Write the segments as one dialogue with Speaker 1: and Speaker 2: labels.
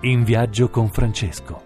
Speaker 1: In viaggio con Francesco.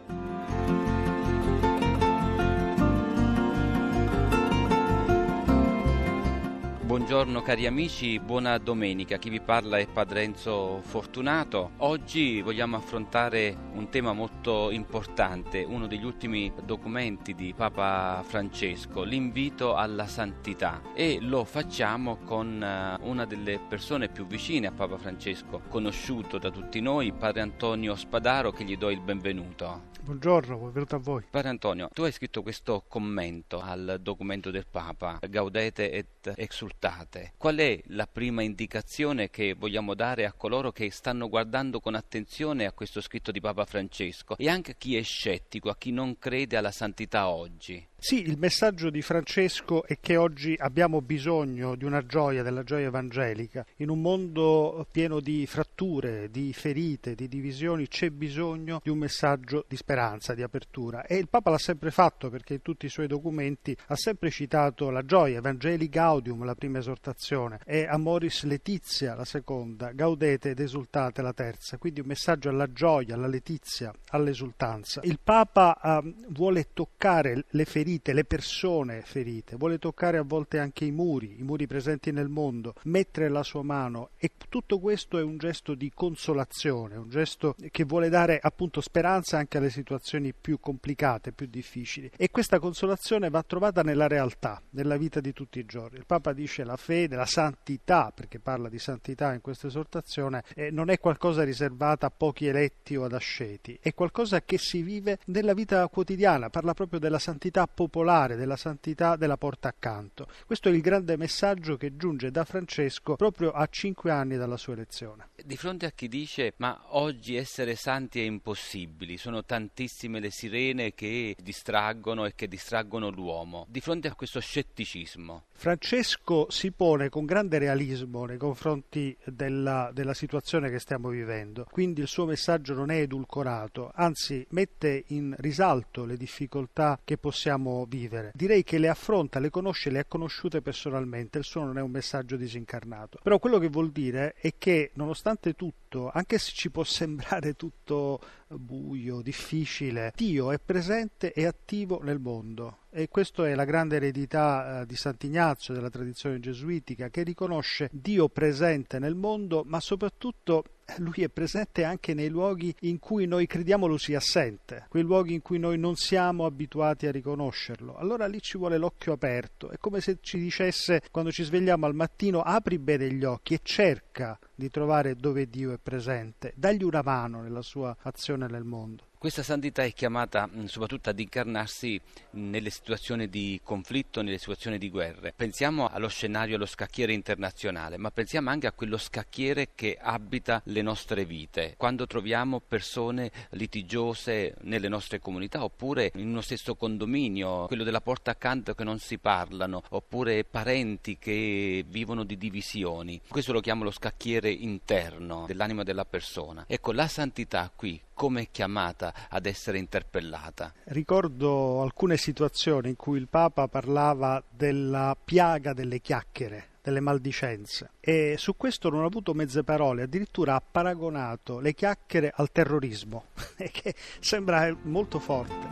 Speaker 2: Buongiorno cari amici, buona domenica. Chi vi parla è Padre Enzo Fortunato. Oggi vogliamo affrontare un tema molto importante, uno degli ultimi documenti di Papa Francesco, l'invito alla santità, e lo facciamo con una delle persone più vicine a Papa Francesco, conosciuto da tutti noi, Padre Antonio Spadaro, che gli do il benvenuto.
Speaker 3: Buongiorno, benvenuto a voi.
Speaker 2: Padre Antonio, tu hai scritto questo commento al documento del Papa, Gaudete et Exsultate. Qual è la prima indicazione che vogliamo dare a coloro che stanno guardando con attenzione a questo scritto di Papa Francesco e anche a chi è scettico, a chi non crede alla santità oggi?
Speaker 3: Sì, il messaggio di Francesco è che oggi abbiamo bisogno di una gioia, della gioia evangelica. In un mondo pieno di fratture, di ferite, di divisioni, c'è bisogno di un messaggio di speranza, di apertura. E il Papa l'ha sempre fatto, perché in tutti i suoi documenti ha sempre citato la gioia, Evangelii Gaudium, la prima esortazione, e Amoris Laetitia, la seconda, Gaudete ed Esultate, la terza. Quindi un messaggio alla gioia, alla letizia, all'esultanza. Il Papa vuole toccare le ferite, le persone ferite, vuole toccare a volte anche i muri presenti nel mondo, mettere la sua mano, e tutto questo è un gesto di consolazione, un gesto che vuole dare appunto speranza anche alle situazioni più complicate, più difficili, e questa consolazione va trovata nella realtà, nella vita di tutti i giorni. Il Papa dice la fede, la santità, perché parla di santità in questa esortazione, non è qualcosa riservata a pochi eletti o ad asceti, è qualcosa che si vive nella vita quotidiana, parla proprio della santità popolare, della santità della porta accanto. Questo è il grande messaggio che giunge da Francesco proprio a 5 anni dalla sua elezione.
Speaker 2: Di fronte a chi dice ma oggi essere santi è impossibile, sono tantissime le sirene che distraggono e che distraggono l'uomo, di fronte a questo scetticismo
Speaker 3: Francesco si pone con grande realismo nei confronti della situazione che stiamo vivendo, quindi il suo messaggio non è edulcorato, anzi mette in risalto le difficoltà che possiamo vivere. Direi che le affronta, le conosce, le ha conosciute personalmente, il suo non è un messaggio disincarnato. Però quello che vuol dire è che nonostante tutto, anche se ci può sembrare tutto buio, difficile, Dio è presente e attivo nel mondo. E questa è la grande eredità di Sant'Ignazio, della tradizione gesuitica, che riconosce Dio presente nel mondo, ma soprattutto Lui è presente anche nei luoghi in cui noi crediamo Lui sia assente, quei luoghi in cui noi non siamo abituati a riconoscerlo. Allora lì ci vuole l'occhio aperto, è come se ci dicesse, quando ci svegliamo al mattino, apri bene gli occhi e cerca di trovare dove Dio è presente, dagli una mano nella sua azione nel mondo.
Speaker 2: Questa santità è chiamata soprattutto ad incarnarsi nelle situazioni di conflitto, nelle situazioni di guerre. Pensiamo allo scenario, allo scacchiere internazionale, ma pensiamo anche a quello scacchiere che abita le nostre vite. Quando troviamo persone litigiose nelle nostre comunità, oppure in uno stesso condominio, quello della porta accanto che non si parlano, oppure parenti che vivono di divisioni. Questo lo chiamo lo scacchiere interno dell'anima della persona. Ecco, la santità qui come è chiamata ad essere interpellata?
Speaker 3: Ricordo alcune situazioni in cui il Papa parlava della piaga delle chiacchiere, delle maldicenze, e su questo non ha avuto mezze parole, addirittura ha paragonato le chiacchiere al terrorismo, che sembra molto forte.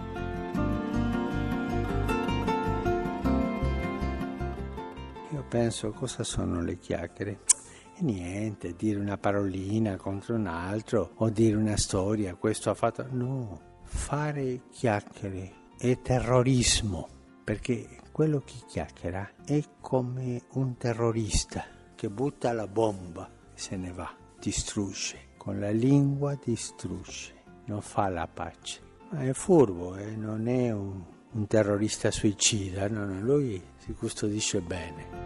Speaker 4: Io penso, cosa sono le chiacchiere? Niente, dire una parolina contro un altro o dire una storia, questo ha fatto. No, fare chiacchiere è terrorismo, perché quello che chiacchiera è come un terrorista che butta la bomba e se ne va, distrugge, con la lingua distrugge, non fa la pace. Ma è furbo, non è un terrorista suicida, no, lui si custodisce bene.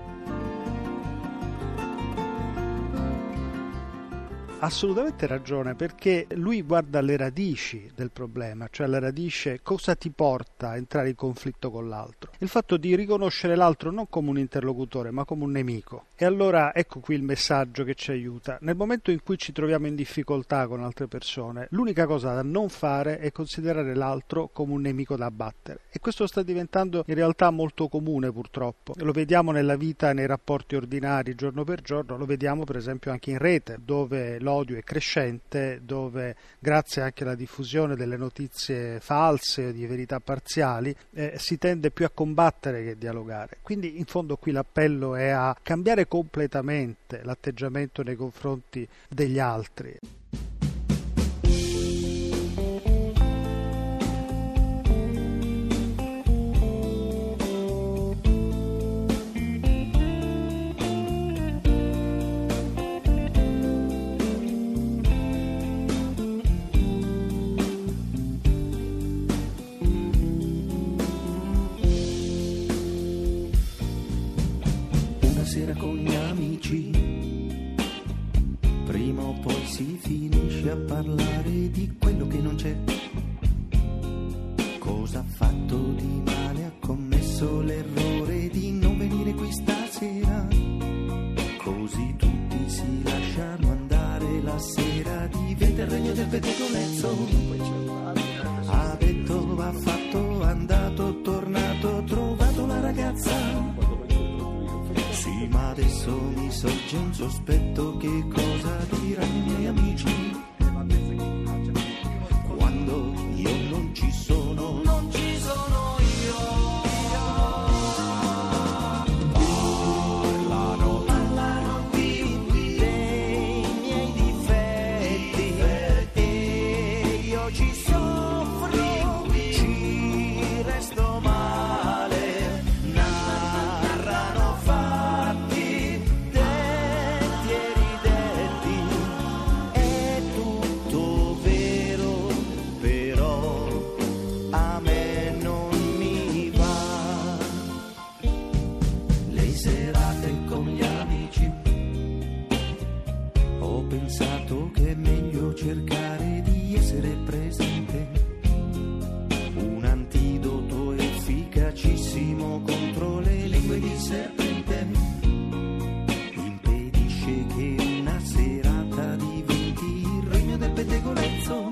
Speaker 3: Assolutamente ragione, perché lui guarda le radici del problema, cioè la radice cosa ti porta a entrare in conflitto con l'altro. Il fatto di riconoscere l'altro non come un interlocutore ma come un nemico. E allora ecco qui il messaggio che ci aiuta. Nel momento in cui ci troviamo in difficoltà con altre persone, l'unica cosa da non fare è considerare l'altro come un nemico da abbattere. E questo sta diventando in realtà molto comune purtroppo. Lo vediamo nella vita, nei rapporti ordinari giorno per giorno, lo vediamo per esempio anche in rete, dove l'odio odio è crescente, dove grazie anche alla diffusione delle notizie false o di verità parziali si tende più a combattere che a dialogare. Quindi in fondo qui l'appello è a cambiare completamente l'atteggiamento nei confronti degli altri.
Speaker 5: Sera con gli amici, prima o poi si finisce a parlare di quello che non c'è. Cosa ha fatto di male? Ha commesso l'errore di non venire qui stasera. Così tutti si lasciano andare la sera, diventa il regno del pettegolezzo. Ha detto, ha fatto, è andato, tornato, trovato la ragazza. Sì, ma adesso mi sorge un sospetto, che cosa diranno i miei amici quando io non ci sono, non ci sono io. Parlano dei miei difetti e io ci soffro, ci resto male. Narrano fatti, detti e ridetti, è tutto vero, però a me non mi va. Le serate con gli amici, ho pensato che è meglio cercare di essere presente, un antidoto efficacissimo contro le lingue di serpente, impedisce che una serata diventi il regno del pettegolezzo.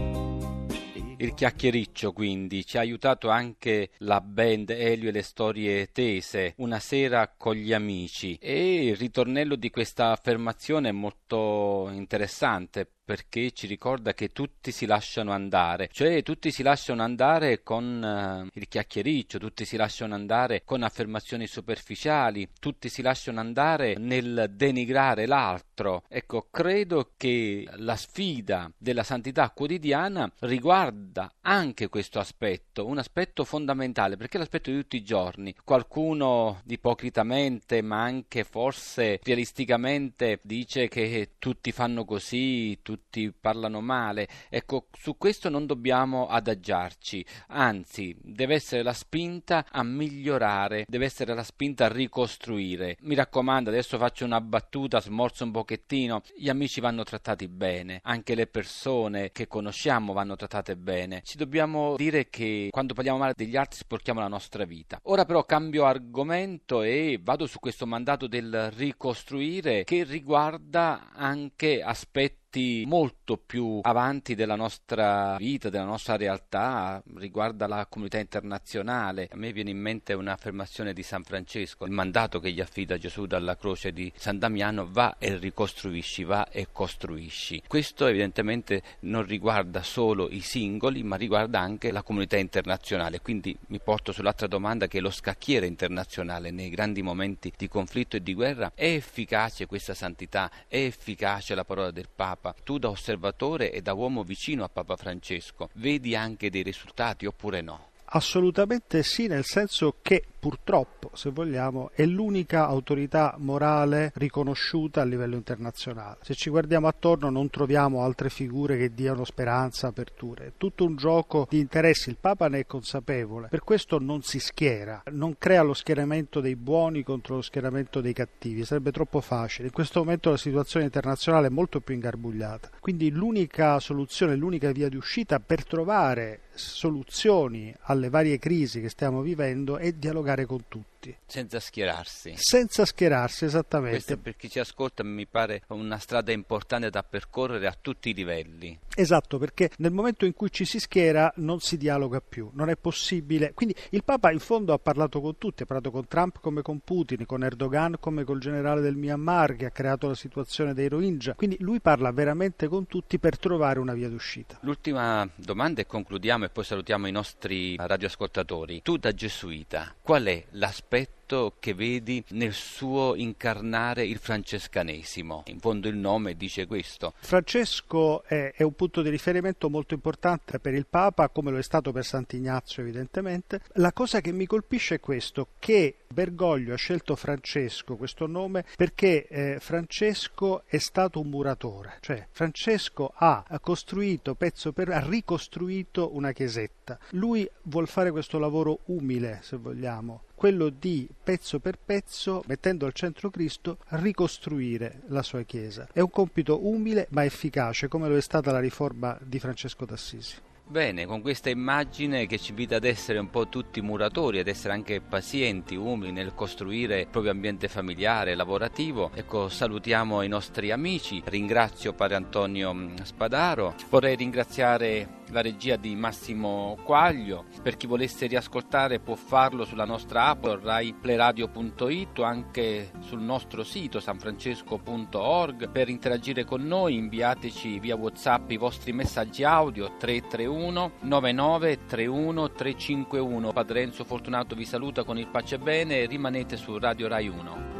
Speaker 2: Il chiacchiericcio quindi ci ha aiutato anche la band Elio e le storie tese, una sera con gli amici, e il ritornello di questa affermazione è molto interessante, perché ci ricorda che tutti si lasciano andare, cioè tutti si lasciano andare con il chiacchiericcio, tutti si lasciano andare con affermazioni superficiali, tutti si lasciano andare nel denigrare l'altro. Ecco, credo che la sfida della santità quotidiana riguarda anche questo aspetto, un aspetto fondamentale, perché è l'aspetto di tutti i giorni. Qualcuno ipocritamente, ma anche forse realisticamente, dice che tutti fanno così, tutti parlano male. Ecco, su questo non dobbiamo adagiarci, anzi deve essere la spinta a migliorare, deve essere la spinta a ricostruire. Mi raccomando, adesso faccio una battuta, smorzo un pochettino, gli amici vanno trattati bene, anche le persone che conosciamo vanno trattate bene. Ci dobbiamo dire che quando parliamo male degli altri sporchiamo la nostra vita. Ora però cambio argomento e vado su questo mandato del ricostruire, che riguarda anche aspetti molto più avanti della nostra vita, della nostra realtà, riguarda la comunità internazionale. A me viene in mente un'affermazione di San Francesco, il mandato che gli affida Gesù dalla croce di San Damiano: va e ricostruisci, va e costruisci. Questo evidentemente non riguarda solo i singoli, ma riguarda anche la comunità internazionale. Quindi mi porto sull'altra domanda, che è lo scacchiere internazionale nei grandi momenti di conflitto e di guerra. È efficace questa santità? È efficace la parola del Papa? Tu da osservatore e da uomo vicino a Papa Francesco vedi anche dei risultati oppure no?
Speaker 3: Assolutamente sì, nel senso che purtroppo, se vogliamo, è l'unica autorità morale riconosciuta a livello internazionale. Se ci guardiamo attorno non troviamo altre figure che diano speranza, aperture. È tutto un gioco di interessi, il Papa ne è consapevole, per questo non si schiera, non crea lo schieramento dei buoni contro lo schieramento dei cattivi, sarebbe troppo facile. In questo momento la situazione internazionale è molto più ingarbugliata, quindi l'unica soluzione, l'unica via di uscita per trovare soluzioni alle varie crisi che stiamo vivendo è dialogare con tutti. tutti.
Speaker 2: Senza schierarsi.
Speaker 3: Senza schierarsi, esattamente.
Speaker 2: Questo, per chi ci ascolta, mi pare una strada importante da percorrere a tutti i livelli.
Speaker 3: Esatto, perché nel momento in cui ci si schiera non si dialoga più, non è possibile. Quindi il Papa in fondo ha parlato con tutti, ha parlato con Trump come con Putin, con Erdogan come col generale del Myanmar che ha creato la situazione dei Rohingya. Quindi lui parla veramente con tutti per trovare una via d'uscita.
Speaker 2: L'ultima domanda e concludiamo e poi salutiamo i nostri radioascoltatori. Tu da gesuita, qual è l'aspetto che vedi nel suo incarnare il francescanesimo? In fondo il nome dice questo.
Speaker 3: Francesco è un punto di riferimento molto importante per il Papa, come lo è stato per Sant'Ignazio evidentemente. La cosa che mi colpisce è questo, che Bergoglio ha scelto Francesco, questo nome, perché Francesco è stato un muratore, cioè Francesco ha costruito ha ricostruito una chiesetta. Lui vuol fare questo lavoro umile, se vogliamo, quello di pezzo per pezzo, mettendo al centro Cristo, ricostruire la sua Chiesa. È un compito umile ma efficace, come lo è stata la riforma di Francesco d'Assisi.
Speaker 2: Bene, con questa immagine che ci invita ad essere un po' tutti muratori, ad essere anche pazienti, umili nel costruire il proprio ambiente familiare, lavorativo, ecco, salutiamo i nostri amici. Ringrazio Padre Antonio Spadaro, vorrei ringraziare la regia di Massimo Quaglio. Per chi volesse riascoltare può farlo sulla nostra app raiplayradio.it o anche sul nostro sito sanfrancesco.org. Per interagire con noi inviateci via WhatsApp i vostri messaggi audio 331 99 31 351. Padre Enzo Fortunato vi saluta con il pace e bene e rimanete su Radio Rai 1.